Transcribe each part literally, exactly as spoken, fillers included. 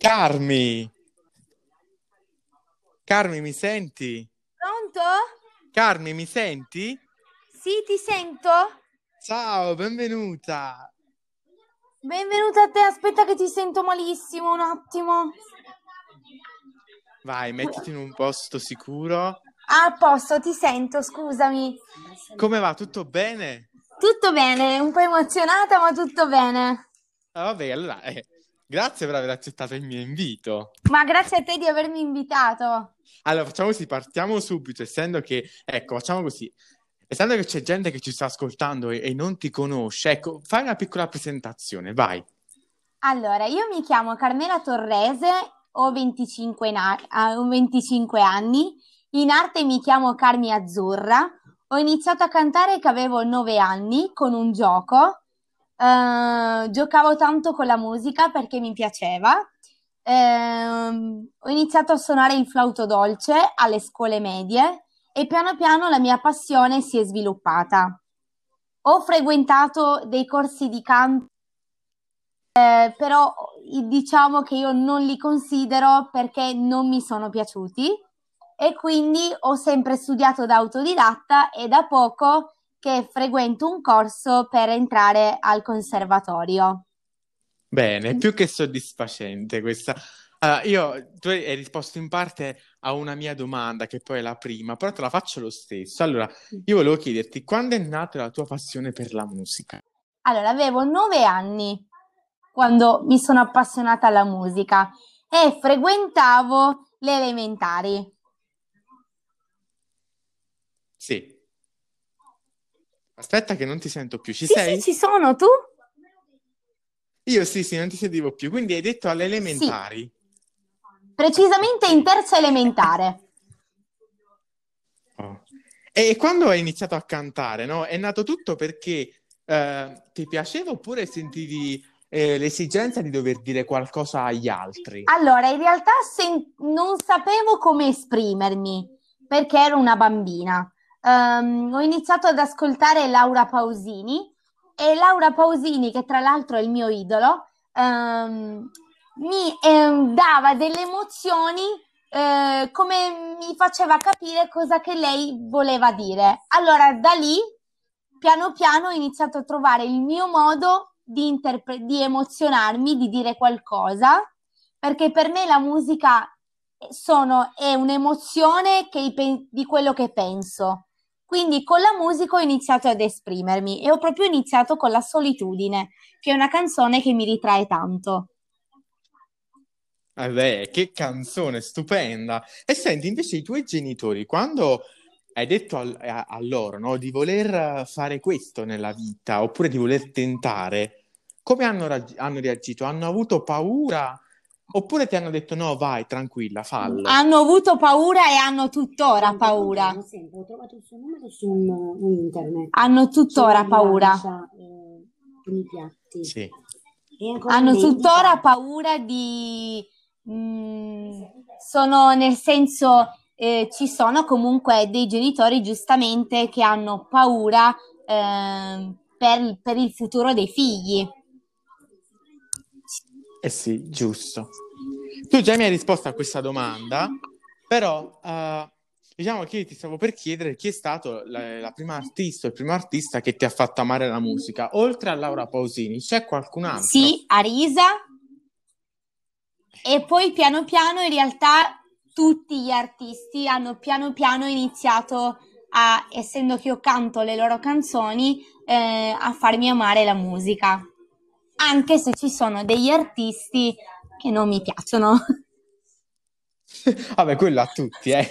Carmi, Carmi, mi senti? Pronto? Carmi, mi senti? Sì, ti sento. Ciao, benvenuta. Benvenuta a te, aspetta che ti sento malissimo un attimo. Vai, mettiti in un posto sicuro. Ah, a posto, ti sento, scusami. Come va? Tutto bene? Tutto bene, un po' emozionata, ma tutto bene. Ah, vabbè, allora, eh, grazie per aver accettato il mio invito. Ma grazie a te di avermi invitato. Allora, facciamo così, partiamo subito, essendo che, ecco, facciamo così. Essendo che c'è gente che ci sta ascoltando e, e non ti conosce, ecco, fai una piccola presentazione, vai. Allora, io mi chiamo Carmela Torrese, ho venticinque, na- ah, ho venticinque anni, in arte mi chiamo Carmi Azzurra, ho iniziato a cantare che avevo nove anni con un gioco. Eh, giocavo tanto con la musica perché mi piaceva. Ehm, ho iniziato a suonare il flauto dolce alle scuole medie e piano piano la mia passione si è sviluppata. Ho frequentato dei corsi di canto, eh, però i- diciamo che io non li considero perché non mi sono piaciuti e quindi ho sempre studiato da autodidatta e da poco che frequento un corso per entrare al conservatorio. Bene, più che soddisfacente questa. Allora, io, tu hai risposto in parte a una mia domanda, che poi è la prima, però te la faccio lo stesso. Allora, io volevo chiederti, quando è nata la tua passione per la musica? Allora, avevo nove anni quando mi sono appassionata alla musica e frequentavo le elementari. Sì. Aspetta che non ti sento più, ci Sì, sì, sei? ci sono, tu? Io sì, sì, non ti sentivo più, quindi hai detto alle Sì, elementari. precisamente in Ok. terza elementare. Oh. E quando hai iniziato a cantare, no? È nato tutto perché eh, ti piaceva oppure sentivi eh, l'esigenza di dover dire qualcosa agli altri? Allora, in realtà sen- non sapevo come esprimermi perché ero una bambina. Ehm, ho iniziato ad ascoltare Laura Pausini e Laura Pausini, che tra l'altro è il mio idolo, ehm, mi ehm, dava delle emozioni, eh, come mi faceva capire cosa che lei voleva dire. Allora, da lì, piano piano, ho iniziato a trovare il mio modo di, interpre- di emozionarmi, di dire qualcosa, perché per me la musica sono, è un'emozione che i pen- di quello che penso. Quindi con la musica ho iniziato ad esprimermi e ho proprio iniziato con La solitudine, che è una canzone che mi ritrae tanto. Vabbè, che canzone stupenda! E senti, invece i tuoi genitori, quando hai detto al- a, a loro, no, di voler fare questo nella vita, oppure di voler tentare, come hanno, rag- hanno reagito? Hanno avuto paura? Oppure ti hanno detto no, vai, tranquilla, fallo? Hanno avuto paura e hanno tuttora Sempre, paura. confermo, sempre. Ho trovato il suo numero su un- un internet. Hanno Ce tuttora l'ho di paura. lancia, eh, con i piatti. Sì. È ancora in Hanno tuttora vendita? paura di... mm, sono nel senso, eh, ci sono comunque dei genitori giustamente che hanno paura ehm, per, per il futuro dei figli. Eh sì, giusto. Tu già mi hai risposto a questa domanda, però eh, diciamo che io ti stavo per chiedere chi è stato la, la prima artista, o il primo artista che ti ha fatto amare la musica. Oltre a Laura Pausini, c'è qualcun altro? Sì, Arisa, e poi piano piano in realtà tutti gli artisti hanno piano piano iniziato a, essendo che io canto le loro canzoni, eh, a farmi amare la musica, anche se ci sono degli artisti che non mi piacciono. Vabbè, quello a tutti, eh.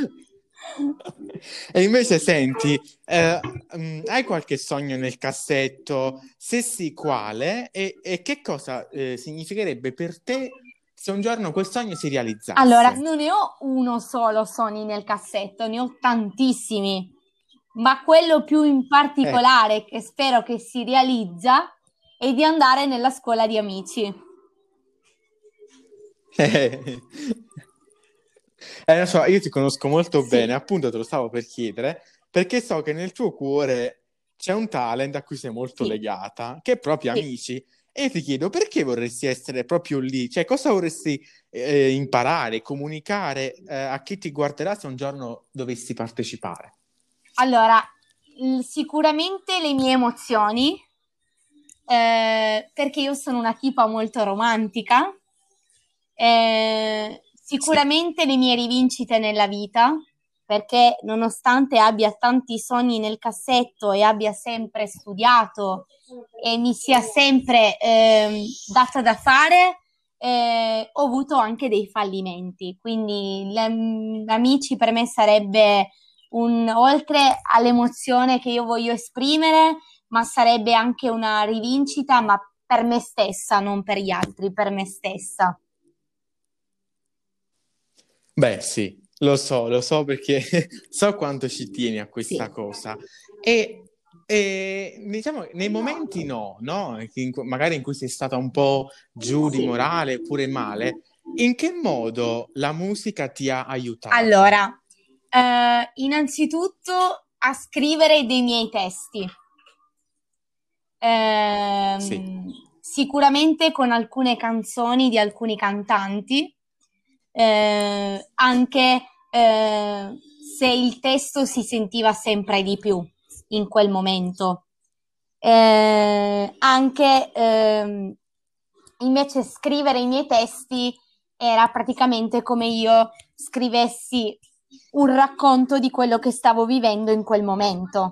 E invece senti, eh, mm, hai qualche sogno nel cassetto? Se sì, quale? E, e che cosa eh, significherebbe per te se un giorno quel sogno si Allora, realizzasse? non ne ho uno solo Sony nel cassetto, ne ho tantissimi, ma quello più in Eh. particolare che spero che si realizza è di andare nella scuola di amici. Eh, eh, non so, io ti conosco molto bene, Sì, appunto te lo stavo per chiedere, perché so che nel tuo cuore c'è un talent a cui sei molto sì, legata, che è proprio sì. Amici. E io ti chiedo, perché vorresti essere proprio lì? Cioè, cosa vorresti eh, imparare, comunicare eh, a chi ti guarderà se un giorno dovessi partecipare? Allora, l- sicuramente le mie emozioni, eh, perché io sono una tipa molto romantica, eh, Sì. sicuramente le mie rivincite nella vita, perché nonostante abbia tanti sogni nel cassetto e abbia sempre studiato e mi sia sempre ehm, data da fare, eh, ho avuto anche dei fallimenti. Quindi gli amici per me sarebbe un, oltre all'emozione che io voglio esprimere, ma sarebbe anche una rivincita, ma per me stessa, non per gli altri, per me stessa. Beh, sì, lo so, lo so perché so quanto ci tieni a Sì. questa cosa. E, e, diciamo, nei momenti no, no? In cu- magari in cui sei stata un po' giù di Sì. morale pure male, in che modo la musica ti ha aiutato? Allora, eh, innanzitutto a scrivere dei miei testi. Sì, Ehm, sicuramente con alcune canzoni di alcuni cantanti, eh, anche eh, se il testo si sentiva sempre di più in quel momento. Eh, anche ehm, invece scrivere i miei testi era praticamente come io scrivessi un racconto di quello che stavo vivendo in quel momento.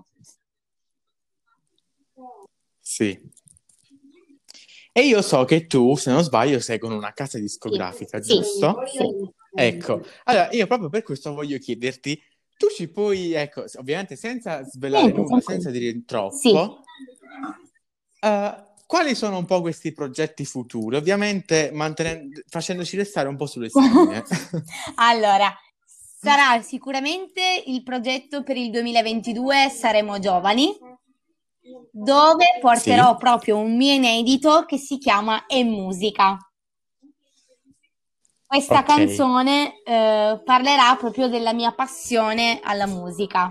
sì. E io so che tu, se non sbaglio, sei con una casa discografica, Sì, giusto? sì. Ecco, allora io proprio per questo voglio chiederti, tu ci puoi, ecco, ovviamente senza svelare Niente, nulla, tranquillo. senza dire Sì. troppo, eh, quali sono un po' questi progetti futuri? Ovviamente mantenendo, facendoci restare un po' sulle spine. Allora, sarà sicuramente il progetto per il duemilaventidue Saremo Giovani, dove porterò Sì, proprio un mio inedito che si chiama E Musica. Questa ok, canzone eh, parlerà proprio della mia passione alla musica.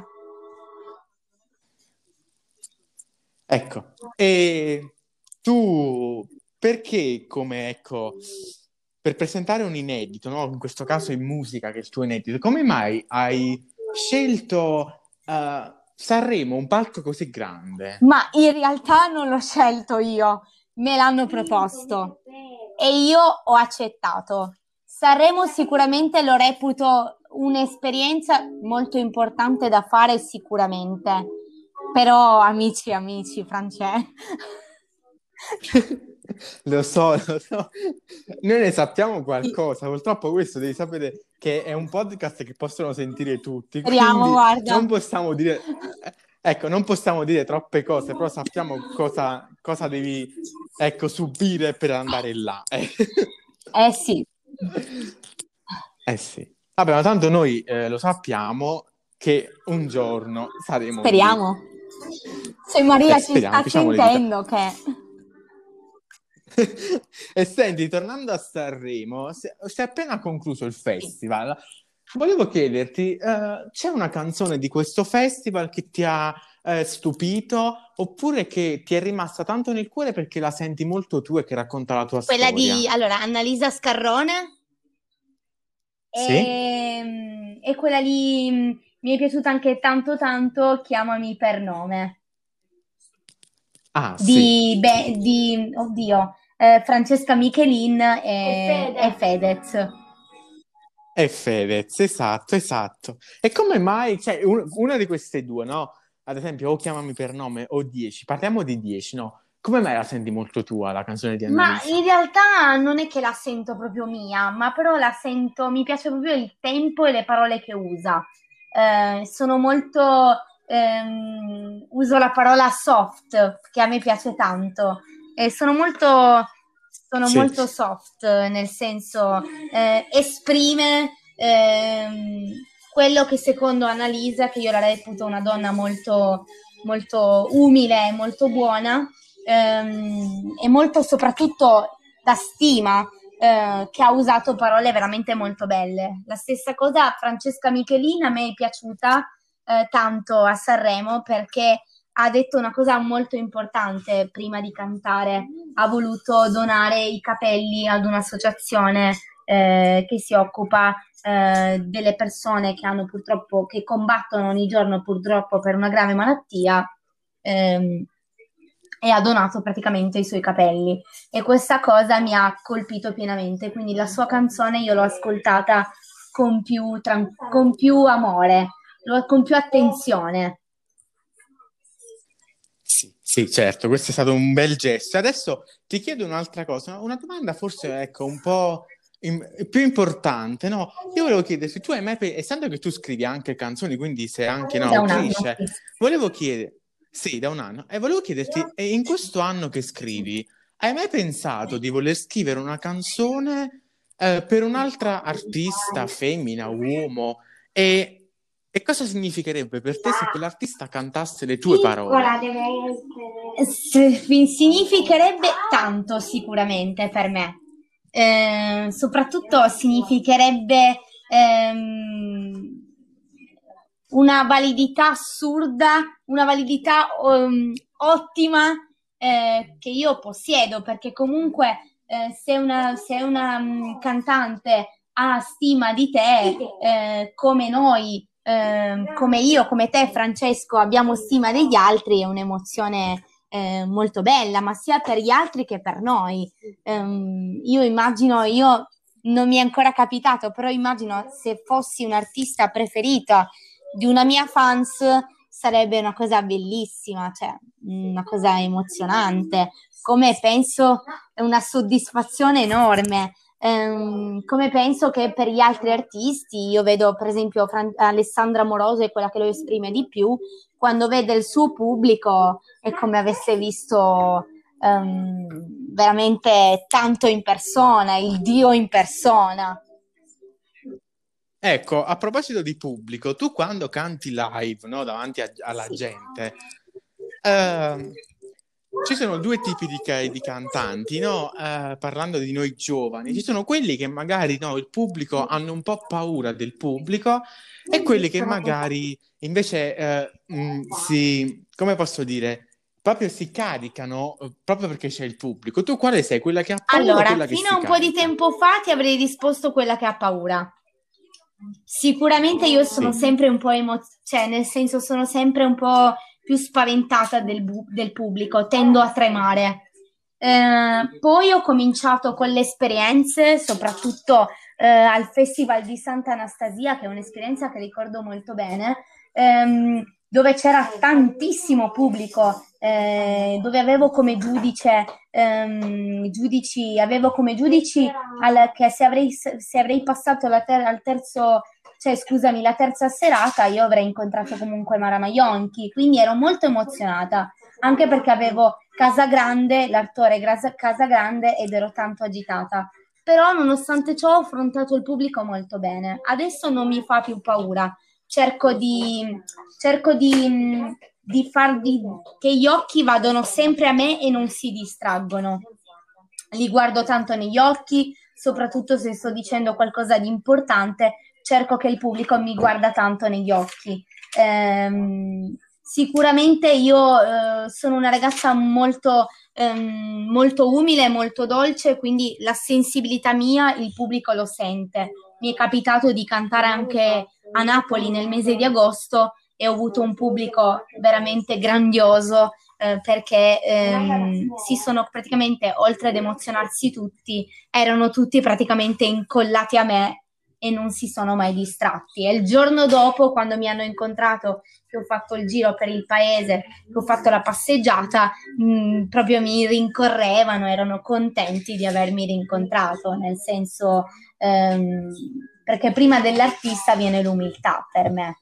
ecco. E tu, perché come, ecco, per presentare un inedito, no? In questo caso in musica, che è il tuo inedito, come mai hai scelto eh, Sanremo, un palco così grande? Ma in realtà non l'ho scelto io, me l'hanno proposto e io ho accettato. Sanremo sicuramente lo reputo un'esperienza molto importante da fare sicuramente, però amici, amici, Francesco. Lo so, lo so. Noi ne sappiamo qualcosa. Purtroppo questo devi sapere che è un podcast che possono sentire tutti, Speriamo, quindi guarda. non possiamo dire, ecco, non possiamo dire troppe cose, però sappiamo cosa, cosa devi, ecco, subire per andare là. Eh, Eh sì, Eh sì. Vabbè, ma tanto noi eh, lo sappiamo che un giorno saremo lì. speriamo. Se E Maria ci speriamo, sta chiudiamo le dita. sentendo, che... E senti, tornando a Sanremo, si si è appena concluso il Sì. festival. Volevo chiederti, eh, c'è una canzone di questo festival che ti ha eh, stupito oppure che ti è rimasta tanto nel cuore perché la senti molto tu e che racconta la tua Quella storia? di, allora, Annalisa Scarrone Sì? e, e quella lì mh, mi è piaciuta anche tanto tanto, Chiamami per nome, Ah, sì. di, beh, di oddio, eh, Francesca Michelin e, e Fedez. E Fedez, esatto, esatto. E come mai, cioè, un- una di queste due, no? Ad esempio, o Chiamami per nome o dieci, parliamo di dieci, no? Come mai la senti molto tua, la canzone di Ma in Annalisa? realtà non è che la sento proprio mia, ma però la sento, mi piace proprio il tempo e le parole che usa. Eh, sono molto, ehm, uso la parola soft, che a me piace tanto. E sono molto, sono Sì, molto soft, nel senso, eh, esprime, ehm, quello che secondo Annalisa, che io la reputo una donna molto, molto umile e molto buona, ehm, e molto soprattutto da stima, eh, che ha usato parole veramente molto belle. La stessa cosa Francesca Michelin a me è piaciuta eh, tanto a Sanremo perché ha detto una cosa molto importante prima di cantare. Ha voluto donare i capelli ad un'associazione eh, che si occupa eh, delle persone che hanno purtroppo, che combattono ogni giorno purtroppo per una grave malattia, ehm, e ha donato praticamente i suoi capelli. E questa cosa mi ha colpito pienamente, quindi la sua canzone io l'ho ascoltata con più, tran- con più amore, lo- con più attenzione. Sì, sì, certo, questo è stato un bel gesto. Adesso ti chiedo un'altra cosa, una domanda forse, ecco, un po' im- più importante, no? Io volevo chiederti, tu hai mai, pe- essendo che tu scrivi anche canzoni, quindi sei anche Da un anno, un'autrice, sì. volevo chiedere, sì, da un anno, e volevo chiederti, e in questo anno che scrivi, hai mai pensato di voler scrivere una canzone eh, per un'altra artista, femmina, uomo, e, e cosa significherebbe per te se quell'artista cantasse le tue parole? Piccola deve essere. S- Significherebbe tanto sicuramente per me. Eh, soprattutto significherebbe ehm, una validità assurda, una validità um, ottima eh, che io possiedo, perché comunque eh, se una, se una um, cantante ha stima di te, eh, come noi, eh, come io, come te, Francesco, abbiamo stima degli altri, è un'emozione eh, molto bella, ma sia per gli altri che per noi. Um, io immagino, io non mi è ancora capitato, però immagino se fossi un artista preferita di una mia fans sarebbe una cosa bellissima, cioè una cosa emozionante, come penso è una soddisfazione enorme. Ehm, come penso che per gli altri artisti, io vedo per esempio Fran- Alessandra Moroso è quella che lo esprime di più, quando vede il suo pubblico è come avesse visto ehm, veramente tanto in persona, il Dio in persona. Ecco, a proposito di pubblico, tu quando canti live, no, davanti a- alla Sì. gente, ehm, ci sono due tipi di, ca- di cantanti, no? Eh, parlando di noi giovani, ci sono quelli che magari, no, il pubblico hanno un po' paura del pubblico e quelli che magari invece eh, mh, si, come posso dire, proprio si caricano eh, proprio perché c'è il pubblico. Tu quale sei? Quella che ha paura o Allora, quella che fino a si un po' di carica? tempo fa ti avrei risposto quella che ha paura. Sicuramente io sono Sì. sempre un po' emo- cioè nel senso sono sempre un po' più spaventata del, bu- del pubblico, tendo a tremare. Eh, poi ho cominciato con le esperienze, soprattutto eh, al Festival di Santa Anastasia, che è un'esperienza che ricordo molto bene, ehm, dove c'era tantissimo pubblico, eh, dove avevo come giudice, ehm, giudici, avevo come giudici al- che se avrei, se avrei passato la ter- al terzo, cioè scusami, la terza serata, io avrei incontrato comunque Mara Maionchi, quindi ero molto emozionata, anche perché avevo Casagrande, l'attore Grasa- Casagrande, ed ero tanto agitata. Però nonostante ciò ho affrontato il pubblico molto bene. Adesso non mi fa più paura. Cerco di, cerco di, di far di, che gli occhi vadano sempre a me e non si distraggono. Li guardo tanto negli occhi, soprattutto se sto dicendo qualcosa di importante, cerco che il pubblico mi guarda tanto negli occhi. Ehm, sicuramente io eh, sono una ragazza molto, ehm, molto umile, molto dolce, quindi la sensibilità mia il pubblico lo sente. Mi è capitato di cantare anche a Napoli nel mese di agosto e ho avuto un pubblico veramente grandioso eh, perché ehm, si sono praticamente, oltre ad emozionarsi tutti, erano tutti praticamente incollati a me e non si sono mai distratti. E il giorno dopo, quando mi hanno incontrato, che ho fatto il giro per il paese, che ho fatto la passeggiata, mh, proprio mi rincorrevano, erano contenti di avermi rincontrato, nel senso, ehm, perché prima dell'artista viene l'umiltà per me.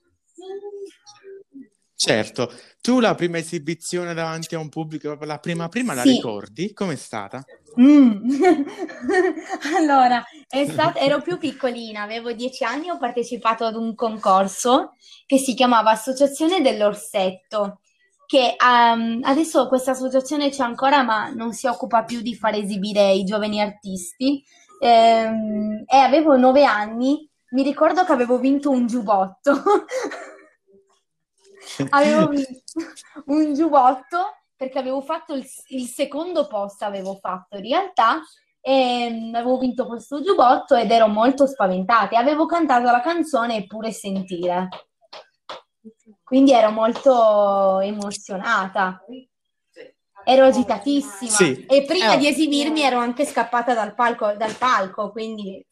Certo, tu la prima esibizione davanti a un pubblico, la prima prima la Sì. ricordi? Com'è stata? Mm. Allora, è stat- ero più piccolina, avevo dieci anni, ho partecipato ad un concorso che si chiamava Associazione dell'Orsetto, che um, adesso questa associazione c'è ancora, ma non si occupa più di far esibire i giovani artisti. Ehm, e avevo nove anni, mi ricordo che avevo vinto un giubbotto. Avevo vinto un giubbotto perché avevo fatto il, il secondo post, avevo fatto in realtà, e mm, avevo vinto questo giubbotto ed ero molto spaventata. E avevo cantato la canzone Eppure sentire, quindi ero molto emozionata. Ero agitatissima Sì, e prima di eh, esibirmi ero anche scappata dal palco, dal palco, quindi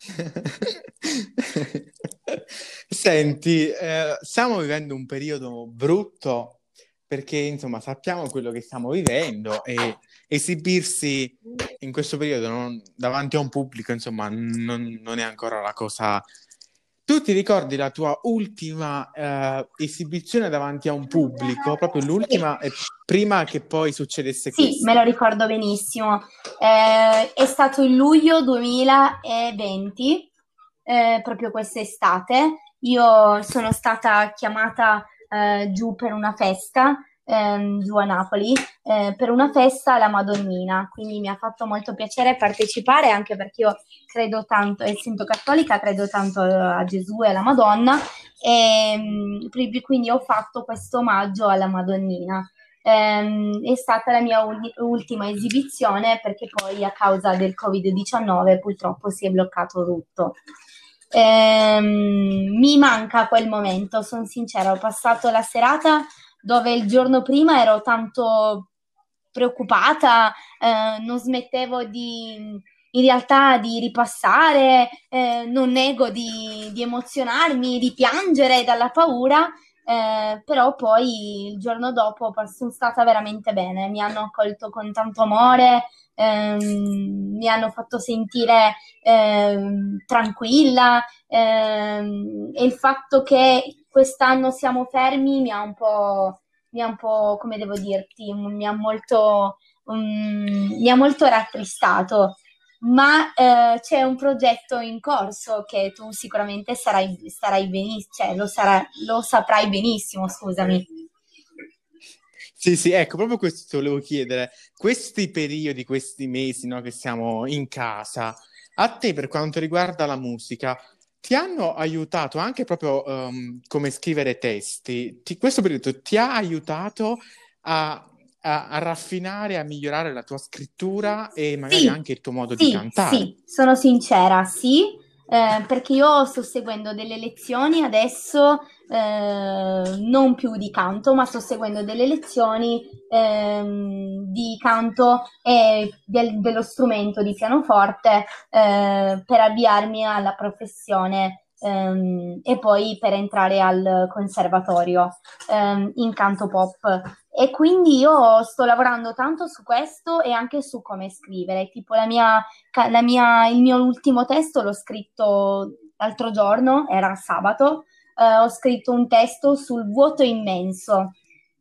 Senti, eh, stiamo vivendo un periodo brutto perché, insomma, sappiamo quello che stiamo vivendo e esibirsi in questo periodo non- davanti a un pubblico, insomma, non, non è ancora la cosa. Tu ti ricordi la tua ultima eh, esibizione davanti a un pubblico, proprio sì. l'ultima, e prima che poi succedesse Sì, me lo questo? ricordo benissimo. Eh, è stato il luglio duemilaventi, eh, proprio quest'estate. Io sono stata chiamata eh, giù per una festa, ehm, giù a Napoli, eh, per una festa alla Madonnina. Quindi mi ha fatto molto piacere partecipare, anche perché io credo tanto, essendo cattolica, credo tanto a Gesù e alla Madonna. E mm, quindi ho fatto questo omaggio alla Madonnina. Ehm, è stata la mia uni- ultima esibizione perché poi a causa del covid diciannove purtroppo si è bloccato tutto. Ehm, mi manca quel momento, sono sincera, ho passato la serata dove il giorno prima ero tanto preoccupata, eh, non smettevo di, in realtà di ripassare, eh, non nego di, di emozionarmi, di piangere dalla paura, eh, però poi il giorno dopo sono stata veramente bene, mi hanno accolto con tanto amore, ehm, mi hanno fatto sentire ehm, tranquilla, ehm, e il fatto che quest'anno siamo fermi mi ha un po', mi ha un po', come devo dirti, mi ha molto, um, mi ha molto rattristato. Ma eh, c'è un progetto in corso che tu sicuramente sarai, sarai benissimo, cioè lo, sarà, lo saprai benissimo, scusami. Sì, sì, ecco, proprio questo ti volevo chiedere. Questi periodi, questi mesi, no, che siamo in casa, a te per quanto riguarda la musica, ti hanno aiutato anche proprio ehm, come scrivere testi? Ti- questo periodo ti ha aiutato a, a- a raffinare, a migliorare la tua scrittura e magari Sì, anche il tuo modo di sì, cantare? sì, sono sincera, sì, eh, perché io sto seguendo delle lezioni adesso, eh, non più di canto, ma sto seguendo delle lezioni ehm, di canto e del- dello strumento di pianoforte eh, per avviarmi alla professione ehm, e poi per entrare al conservatorio ehm, in canto pop. E quindi io sto lavorando tanto su questo e anche su come scrivere. Tipo la mia, ca- la mia- il mio ultimo testo l'ho scritto l'altro giorno, era sabato, eh, ho scritto un testo sul vuoto immenso.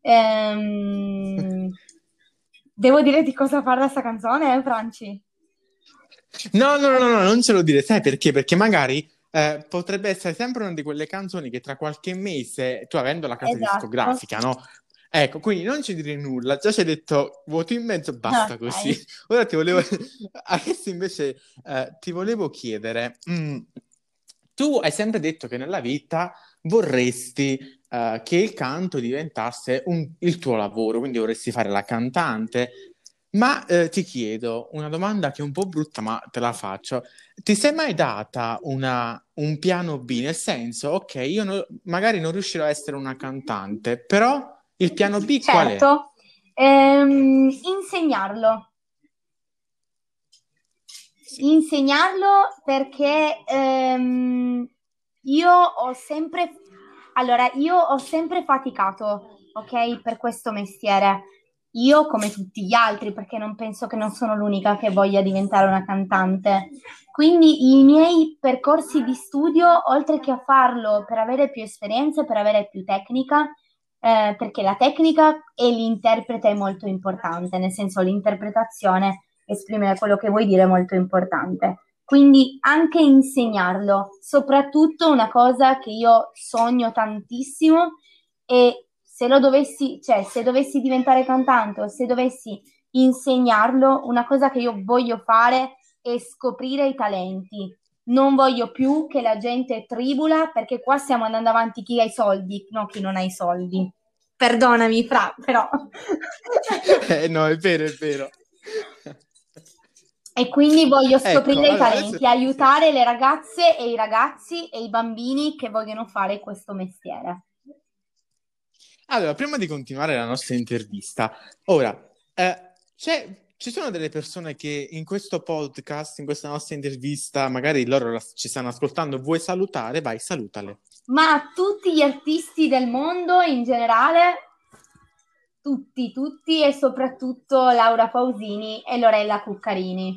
Ehm, devo dire di cosa parla sta canzone, eh, Franci? No, no, no, no, no, non ce lo dire, sai perché? Perché magari eh, potrebbe essere sempre una di quelle canzoni che tra qualche mese, tu avendo la casa Esatto. discografica, no? Ecco, quindi non ci dire nulla, già ci hai detto vuoto in mezzo, basta così. Ok. Ora ti volevo, adesso invece eh, ti volevo chiedere, mm, tu hai sempre detto che nella vita vorresti eh, che il canto diventasse un- il tuo lavoro, quindi vorresti fare la cantante. Ma eh, ti chiedo una domanda che è un po' brutta, ma te la faccio. Ti sei mai data una- un piano B? Nel senso, ok, io no- magari non riuscirò a essere una cantante, però il piano B qual è? Certo. Ehm, insegnarlo. Insegnarlo perché ehm, io ho sempre, allora, io ho sempre faticato, ok, per questo mestiere. Io come tutti gli altri, perché non penso che non sono l'unica che voglia diventare una cantante. Quindi i miei percorsi di studio, oltre che a farlo per avere più esperienze, per avere più tecnica, eh, perché la tecnica e l'interprete è molto importante, nel senso l'interpretazione esprimere quello che vuoi dire è molto importante. Quindi anche insegnarlo, soprattutto una cosa che io sogno tantissimo e se lo dovessi, cioè se dovessi diventare cantante o se dovessi insegnarlo, una cosa che io voglio fare è scoprire i talenti, non voglio più che la gente tribula, perché qua stiamo andando avanti chi ha i soldi, no chi non ha i soldi. Perdonami, Fra, però. Eh, no, è vero, è vero. E quindi voglio Ecco, scoprire i allora adesso talenti, aiutare le ragazze e i ragazzi e i bambini che vogliono fare questo mestiere. Allora, prima di continuare la nostra intervista, ora, eh, c'è, ci sono delle persone che in questo podcast, in questa nostra intervista, magari loro la- ci stanno ascoltando, vuoi salutare? Vai, salutale. Ma tutti gli artisti del mondo in generale, tutti, tutti e soprattutto Laura Pausini e Lorella Cuccarini.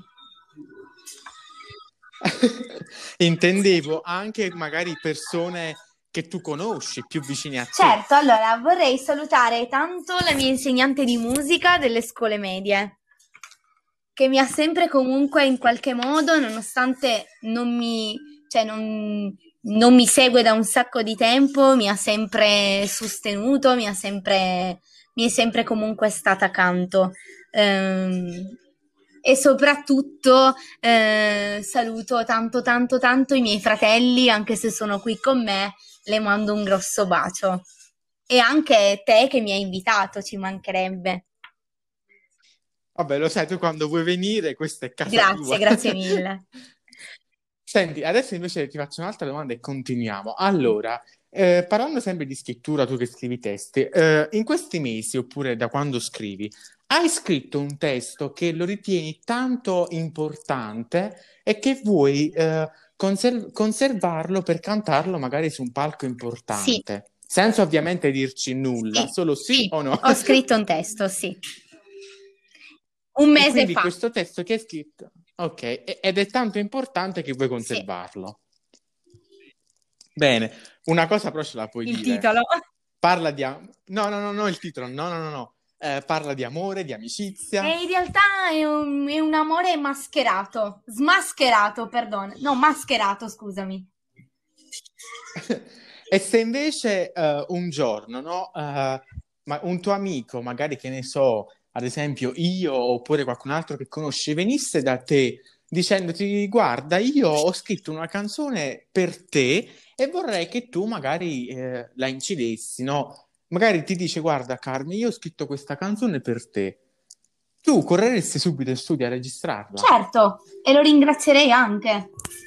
Intendevo anche magari persone che tu conosci, più vicine a te. Certo, allora vorrei salutare tanto la mia insegnante di musica delle scuole medie, che mi ha sempre comunque in qualche modo, nonostante non mi, cioè non, non mi segue da un sacco di tempo, mi ha sempre sostenuto, mi ha sempre, mi è sempre comunque stata accanto. Ehm, e soprattutto eh, saluto tanto tanto tanto i miei fratelli, anche se sono qui con me, le mando un grosso bacio. E anche te che mi hai invitato, ci mancherebbe. Vabbè, lo sai, tu quando vuoi venire, questa è casa Grazie, tua. grazie mille. Senti, adesso invece ti faccio un'altra domanda e continuiamo. Allora, eh, parlando sempre di scrittura, tu che scrivi testi, eh, in questi mesi, oppure da quando scrivi, hai scritto un testo che lo ritieni tanto importante e che vuoi eh, conser- conservarlo per cantarlo magari su un palco Sì, importante, senza ovviamente dirci nulla, sì, solo sì sì, o no. ho scritto un testo, sì. Un E mese quindi fa. questo testo che hai scritto, ok, e- ed è tanto importante che vuoi Sì, conservarlo. Bene, una cosa però ce la puoi il dire. titolo. Parla di... am- No, no, no, no, il titolo, no, no, no, no. Eh, parla di amore, di amicizia. E in realtà è un, è un amore mascherato, smascherato, perdono. No, mascherato, scusami. E se invece eh, un giorno, no, eh, ma un tuo amico, magari che ne so, ad esempio io oppure qualcun altro che conosci, venisse da te dicendoti: guarda, io ho scritto una canzone per te e vorrei che tu magari eh, la incidessi, no? Magari ti dice: guarda, Carmen, io ho scritto questa canzone per te. Tu correresti subito in studio a registrarla? Certo, e lo ringrazierei anche.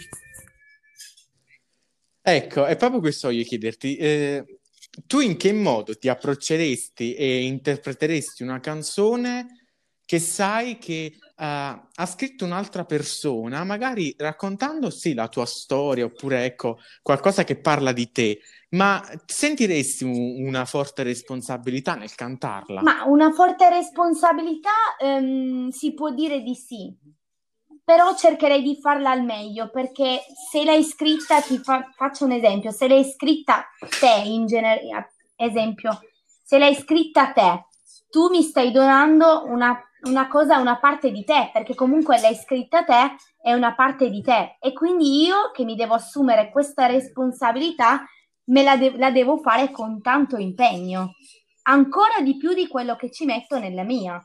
Ecco, è proprio questo voglio chiederti. Eh, tu in che modo ti approcceresti e interpreteresti una canzone che sai che eh, ha scritto un'altra persona, magari raccontando sì la tua storia oppure ecco qualcosa che parla di te, ma sentiresti un- una forte responsabilità nel cantarla? Ma una forte responsabilità, ehm, si può dire di sì, però cercherei di farla al meglio, perché se l'hai scritta, ti fa- faccio un esempio, se l'hai scritta te in genere, esempio, se l'hai scritta te, tu mi stai donando una, una cosa, una parte di te, perché comunque l'hai scritta te, è una parte di te, e quindi io che mi devo assumere questa responsabilità, me la, de- la devo fare con tanto impegno, ancora di più di quello che ci metto nella mia.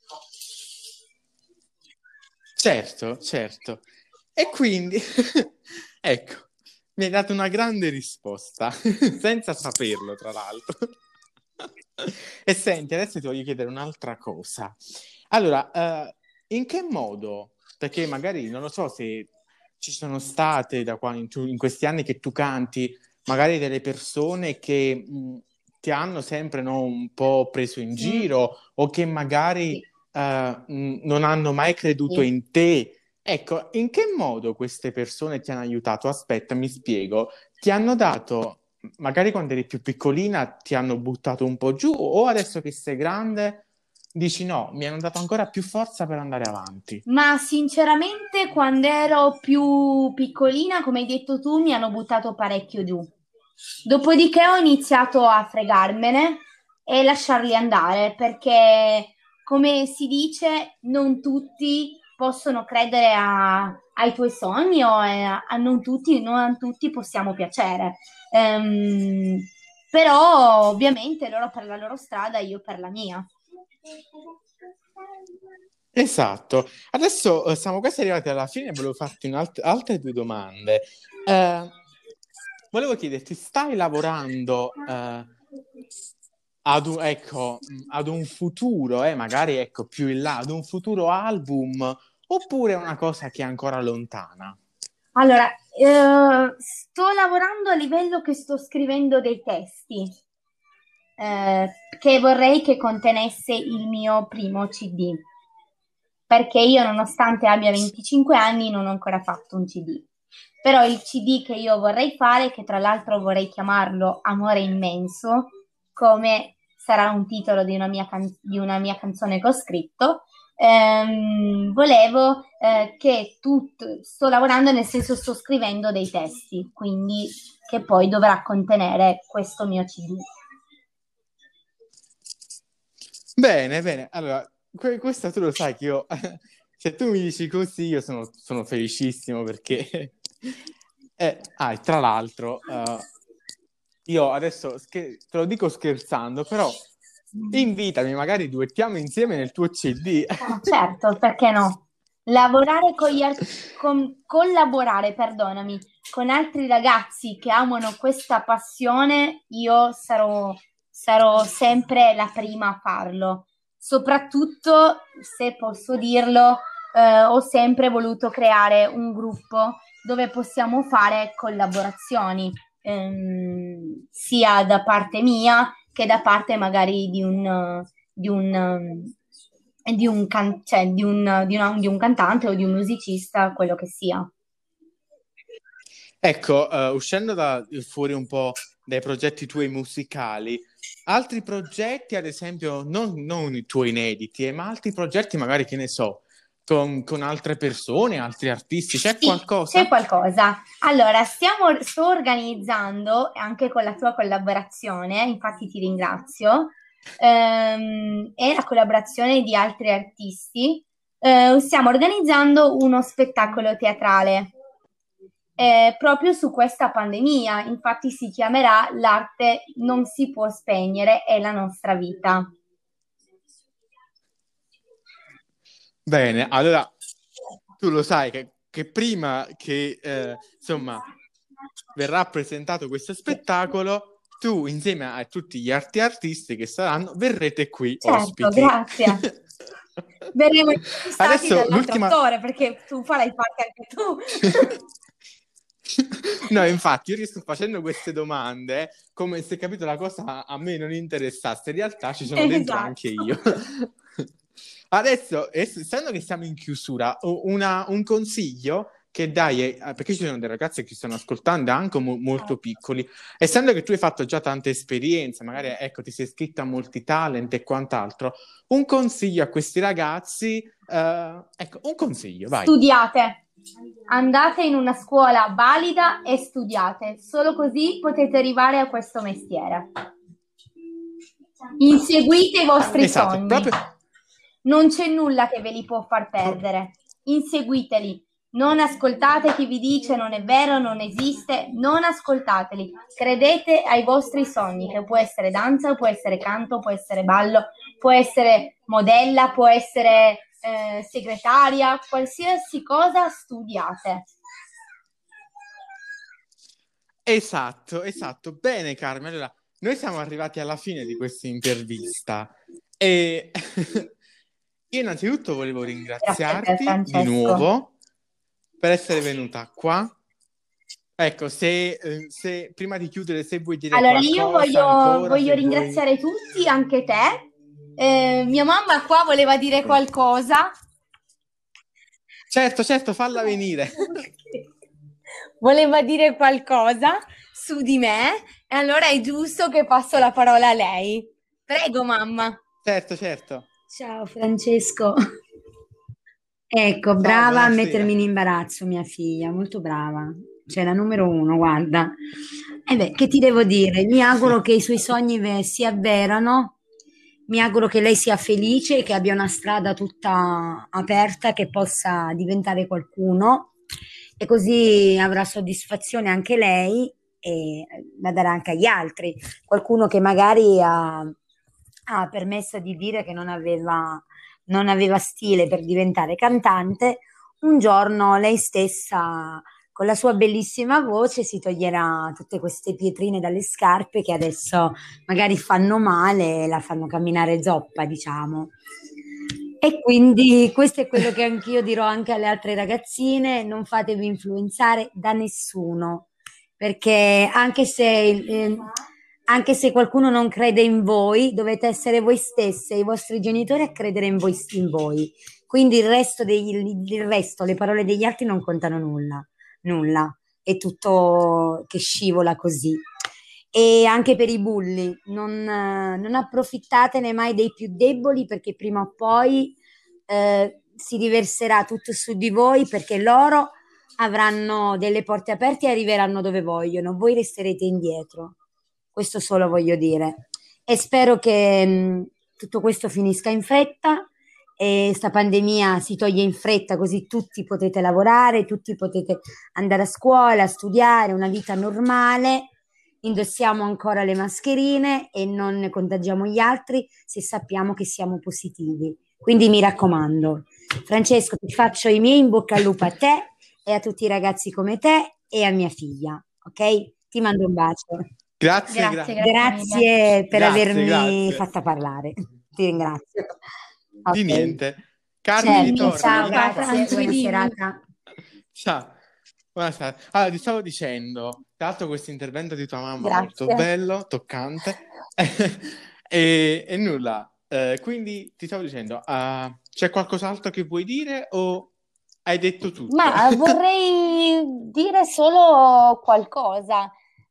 Certo, certo. E quindi, ecco, mi hai dato una grande risposta, senza saperlo, tra l'altro. E senti, adesso ti voglio chiedere un'altra cosa. Allora, eh, in che modo? Perché magari non lo so se ci sono state da quando, in, tu- in questi anni che tu canti, magari delle persone che mh, ti hanno sempre no, un po' preso in Mm, giro o che magari sì, eh, mh, non hanno mai creduto sì. in te. Ecco, in che modo queste persone ti hanno aiutato? Aspetta, mi spiego. Ti hanno dato, magari quando eri più piccolina, ti hanno buttato un po' giù, o adesso che sei grande, dici no, mi hanno dato ancora più forza per andare avanti. Ma sinceramente, quando ero più piccolina, come hai detto tu, mi hanno buttato parecchio giù. Dopodiché ho iniziato a fregarmene e lasciarli andare, perché, come si dice, non tutti possono credere a- ai tuoi sogni o a, a non tutti, non a tutti possiamo piacere. Ehm, però, ovviamente, loro per la loro strada, io per la mia. Esatto. Adesso eh, siamo quasi arrivati alla fine, volevo farti un'alt- altre due domande. Eh, volevo chiederti, stai lavorando eh, ad un, ecco, mh, ad un futuro, eh, magari ecco, più in là, ad un futuro album, oppure è una cosa che è ancora lontana? Allora, eh, sto lavorando a livello che sto scrivendo dei testi, eh, che vorrei che contenesse il mio primo C D, perché io, nonostante abbia venticinque anni, non ho ancora fatto un C D. Però il C D che io vorrei fare, che tra l'altro vorrei chiamarlo Amore immenso, come sarà un titolo di una mia, can- di una mia canzone che ho scritto, ehm, volevo eh, che tutto, sto lavorando, nel senso sto scrivendo dei testi, quindi che poi dovrà contenere questo mio C D. Bene, bene. Allora, que- questo tu lo sai che io, se tu mi dici così, io sono, sono felicissimo perché, eh, ah, e tra l'altro, eh, io adesso scher- te lo dico scherzando, però invitami, magari duettiamo insieme nel tuo C D. Ah, certo, perché no? Lavorare con gli al- con- collaborare, perdonami, con altri ragazzi che amano questa passione, io sarò, sarò sempre la prima a farlo. Soprattutto, se posso dirlo, eh, ho sempre voluto creare un gruppo dove possiamo fare collaborazioni, ehm, sia da parte mia che da parte magari di un, di un, um, di un, can- cioè, di un, di una- di un cantante o di un musicista, quello che sia. Ecco, eh, uscendo da, fuori un po' dai progetti tuoi musicali, altri progetti, ad esempio, non, non i tuoi inediti, eh, ma altri progetti magari, che ne so, con, con altre persone, altri artisti, c'è Sì, c'è qualcosa? qualcosa. Allora, stiamo, sto organizzando, anche con la tua collaborazione, infatti ti ringrazio, ehm, e la collaborazione di altri artisti, eh, stiamo organizzando uno spettacolo teatrale, eh, proprio su questa pandemia. Infatti si chiamerà L'arte non si può spegnere, è la nostra vita. Bene, allora tu lo sai che, che prima che eh, insomma verrà presentato questo spettacolo, tu insieme a tutti gli arti artisti che saranno, verrete qui Certo, ospiti. grazie. Verremo intervistati Adesso dall'altro l'ultima. attore, perché tu farai parte anche tu. No, infatti, io ti sto facendo queste domande come se, capito, la cosa a me non interessasse. In realtà ci sono dentro anche Esatto. io. Adesso, es- essendo che siamo in chiusura, ho una- un consiglio che dai, eh, perché ci sono dei ragazzi che stanno ascoltando anche mo- molto piccoli, essendo che tu hai fatto già tante esperienze, magari ecco, ti sei iscritta a molti talent e quant'altro, un consiglio a questi ragazzi, eh, ecco, un consiglio, vai. Studiate, andate in una scuola valida e studiate, solo così potete arrivare a questo mestiere. Inseguite i vostri Esatto, sogni, proprio. non c'è nulla che ve li può far perdere. Inseguiteli, non ascoltate chi vi dice non è vero, non esiste, non ascoltateli. Credete ai vostri sogni, che può essere danza, può essere canto, può essere ballo, può essere modella, può essere eh, segretaria, qualsiasi cosa, studiate. Esatto, esatto. Bene, Carmen. Allora, noi siamo arrivati alla fine di questa intervista e io innanzitutto volevo Grazie a te, ringraziarti di Francesco. nuovo per essere venuta qua. Ecco, se, eh, se prima di chiudere, se vuoi dire Allora, io qualcosa voglio, ancora, voglio se vuoi. ringraziare tutti, anche te. Eh, mia mamma qua voleva dire qualcosa. Certo, certo, falla venire. Voleva dire qualcosa su di me e allora è giusto che passo la parola a lei. Prego, mamma. Certo, certo. Ciao Francesco. Ecco, Ciao, brava a buonasera. mettermi in imbarazzo, mia figlia, molto brava. Cioè, la numero uno, guarda. E beh, che ti devo dire? Mi auguro che i suoi sogni ve- si avverano. Mi auguro che lei sia felice, che abbia una strada tutta aperta, che possa diventare qualcuno e così avrà soddisfazione anche lei e la darà anche agli altri. Qualcuno che magari ha, ha permesso di dire che non aveva non aveva stile per diventare cantante, un giorno lei stessa, con la sua bellissima voce, si toglierà tutte queste pietrine dalle scarpe che adesso magari fanno male e la fanno camminare zoppa, diciamo. E quindi questo è quello che anch'io dirò anche alle altre ragazzine: non fatevi influenzare da nessuno, perché anche se, eh, anche se qualcuno non crede in voi, dovete essere voi stesse, i vostri genitori a credere in voi, in voi. Quindi il resto, degli, il resto, le parole degli altri non contano nulla, nulla, è tutto che scivola così. E anche per i bulli, non, eh, non approfittatene mai dei più deboli, perché prima o poi eh, si riverserà tutto su di voi, perché loro avranno delle porte aperte e arriveranno dove vogliono, voi resterete indietro. Questo solo voglio dire. E spero che mh, tutto questo finisca in fretta e sta pandemia si toglie in fretta, così tutti potete lavorare, tutti potete andare a scuola, studiare, una vita normale. Indossiamo ancora le mascherine e non ne contagiamo gli altri se sappiamo che siamo positivi. Quindi mi raccomando, Francesco, ti faccio i miei in bocca al lupo a te e a tutti i ragazzi come te e a mia figlia, ok? Ti mando un bacio. Grazie, Grazie, grazie. grazie mille. Grazie per Grazie, avermi grazie. fatta parlare. Ti ringrazio. Di Ok. niente. Carmi, Certo, ritorna. ciao, Ciao, grazie, Franci, buona dimmi. serata. Ciao. Buonasera. Allora, ti stavo dicendo, tra l'altro questo intervento di tua mamma molto Grazie. bello, toccante. e, e nulla, eh, quindi ti stavo dicendo, ah, c'è qualcos'altro che vuoi dire o hai detto tutto? Ma vorrei dire solo qualcosa.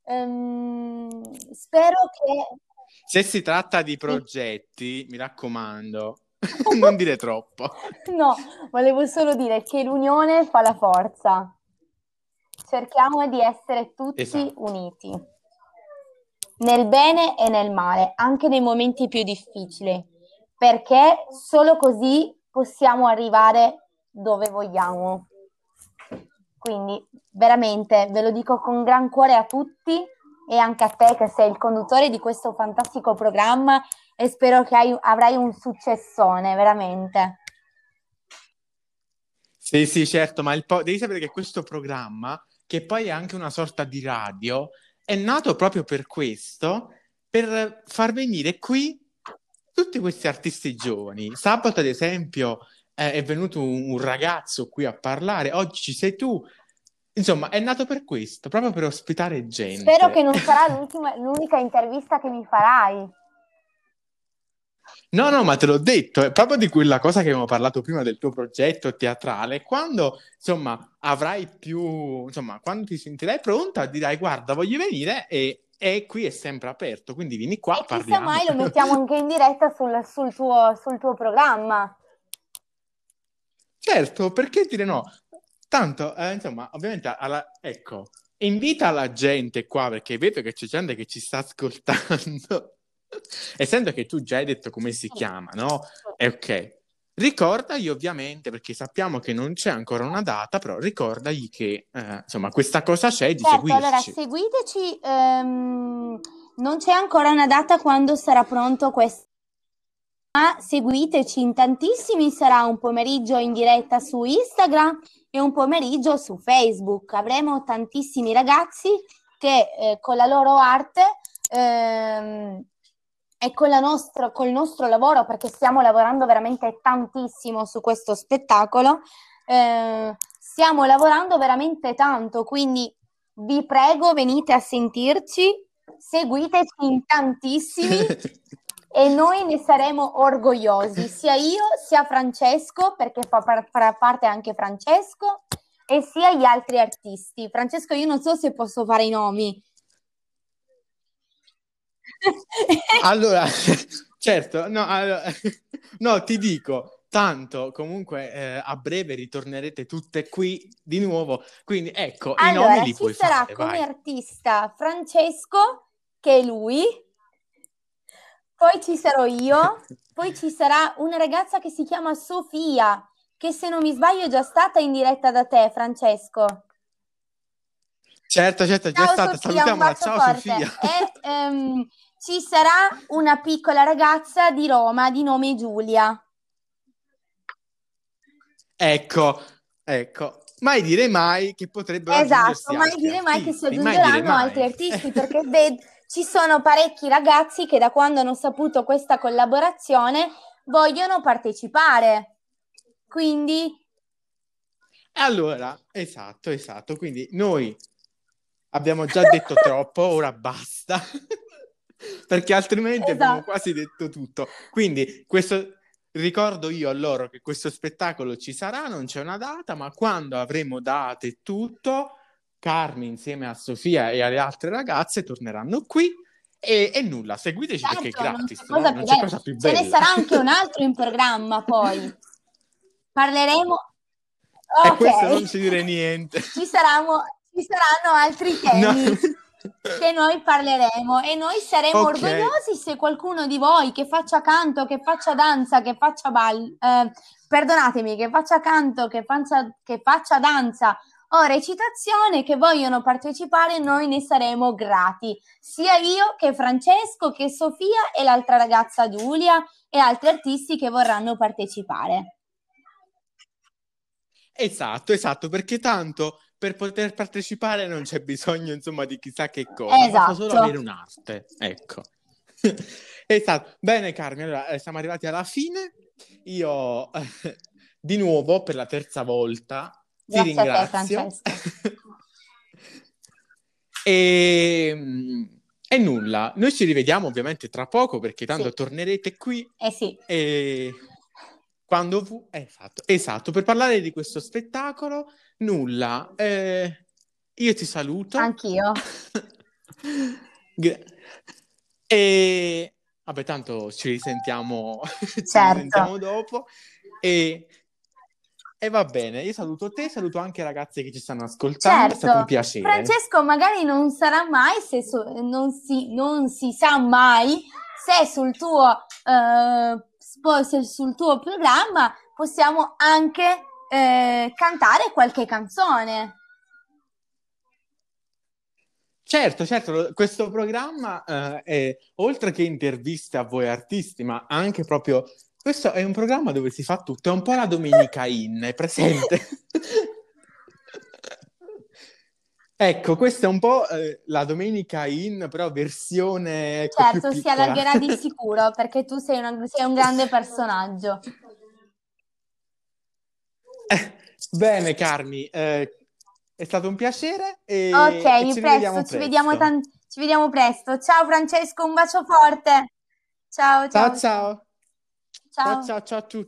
Ehm, spero che... Se si tratta di progetti, mi raccomando, non dire troppo. No, volevo solo dire che l'unione fa la forza. Cerchiamo di essere tutti Esatto. uniti, nel bene e nel male, anche nei momenti più difficili, perché solo così possiamo arrivare dove vogliamo. Quindi veramente ve lo dico con gran cuore a tutti e anche a te che sei il conduttore di questo fantastico programma, e spero che hai, avrai un successone, veramente. Sì, sì, certo, ma il po- devi sapere che questo programma, che poi è anche una sorta di radio, è nato proprio per questo, per far venire qui tutti questi artisti giovani. Sabato, ad esempio, eh, è venuto un, un ragazzo qui a parlare, oggi ci sei tu. Insomma, è nato per questo, proprio per ospitare gente. Spero che non sarà l'ultima- l'unica intervista che mi farai. No, no, ma te l'ho detto, è proprio di quella cosa che abbiamo parlato prima del tuo progetto teatrale. Quando, insomma, avrai più, insomma, quando ti sentirai pronta, dirai, guarda, voglio venire e, e qui è sempre aperto, quindi vieni qua, E chissà parliamo. mai lo mettiamo anche in diretta sul, sul tuo, sul tuo programma. Certo, perché dire no? Tanto, eh, insomma, ovviamente, alla- ecco, invita la gente qua, perché vedo che c'è gente che ci sta ascoltando. Essendo che tu già hai detto come si chiama, no? È ok. Ricordagli ovviamente, perché sappiamo che non c'è ancora una data, però ricordagli che, eh, insomma, questa cosa c'è e di Certo, seguirci. allora seguiteci, ehm, non c'è ancora una data quando sarà pronto questo, ma seguiteci in tantissimi, sarà un pomeriggio in diretta su Instagram e un pomeriggio su Facebook. Avremo tantissimi ragazzi che eh, con la loro arte ehm, e con la nostra, col nostro lavoro, perché stiamo lavorando veramente tantissimo su questo spettacolo, eh, stiamo lavorando veramente tanto, quindi vi prego, venite a sentirci, seguiteci in tantissimi e noi ne saremo orgogliosi, sia io sia Francesco, perché fa, par- farà parte anche Francesco, e sia gli altri artisti. Francesco, io non so se posso fare i nomi. Allora, certo, no, allora, no, ti dico, tanto comunque eh, a breve ritornerete tutte qui di nuovo, quindi ecco, i Allora, nomi li ci puoi sarà fare, come vai. artista Francesco, che è lui, poi ci sarò io, poi ci sarà una ragazza che si chiama Sofia, che se non mi sbaglio è già stata in diretta da te, Francesco. Certo, certo, è già Ciao stata, Sofia, un salutiamola, bacio ciao forte. Sofia. E ehm, ci sarà una piccola ragazza di Roma di nome Giulia. Ecco, ecco, mai dire mai che potrebbero Esatto, aggiungersi mai altri dire mai che si artisti, mai dire aggiungeranno mai. altri artisti, perché ved- ci sono parecchi ragazzi che da quando hanno saputo questa collaborazione vogliono partecipare. Quindi, E allora, esatto, esatto, quindi noi abbiamo già detto troppo, ora basta, perché altrimenti abbiamo esatto. quasi detto tutto. Quindi questo, ricordo io a loro che questo spettacolo ci sarà, non c'è una data, ma quando avremo date e tutto, Carmi insieme a Sofia e alle altre ragazze torneranno qui e, e nulla, seguiteci perché è Certo, non c'è gratis, no? cosa Non più c'è bella. cosa più Ce ne bella. sarà anche un altro in programma poi. Parleremo. E questo Ok, non ci dire niente. ci saranno, ci saranno altri No. temi che noi parleremo e noi saremo Ok. orgogliosi se qualcuno di voi che faccia canto, che faccia danza, che faccia ballo, eh, perdonatemi, che faccia canto, che faccia, che faccia danza o recitazione, che vogliono partecipare, noi ne saremo grati. Sia io che Francesco, che Sofia e l'altra ragazza Giulia e altri artisti che vorranno partecipare. Esatto, esatto, perché tanto per poter partecipare non c'è bisogno, insomma, di chissà che cosa, basta solo avere Esatto. un'arte, ecco. Esatto. Bene, Carmi, allora eh, siamo arrivati alla fine. Io eh, di nuovo, per la terza volta, ti Grazie a te, ringrazio. Francesco. E, e nulla, noi ci rivediamo ovviamente tra poco perché tanto Sì. tornerete qui Eh sì. e quando fu... Esatto, esatto, per parlare di questo spettacolo, nulla, eh, io ti saluto. Anch'io. Gra- e vabbè, tanto ci risentiamo, ci Certo. risentiamo dopo e... E va bene, io saluto te, saluto anche i ragazzi che ci stanno ascoltando, è stato un Certo, piacere. Francesco magari non sarà mai, se su- non, si, non si sa mai se sul tuo, eh, spo- se sul tuo programma possiamo anche eh, cantare qualche canzone. Certo, certo, questo programma eh, è, oltre che interviste a voi artisti, ma anche proprio, questo è un programma dove si fa tutto, è un po' la Domenica In, è presente? Ecco, questa è un po' eh, la Domenica In, però versione ecco, più Certo, si piccola. allargherà di sicuro perché tu sei, una- sei un grande personaggio. Eh, Bene, Carmi, eh, è stato un piacere e, Ok, e ci rivediamo presto, ci presto. vediamo, tan- ci vediamo presto. Ciao Francesco, un bacio forte. Ciao, Ciao, ciao, ciao. ciao. Ciao, Ciao. ciao, ciao a tutti.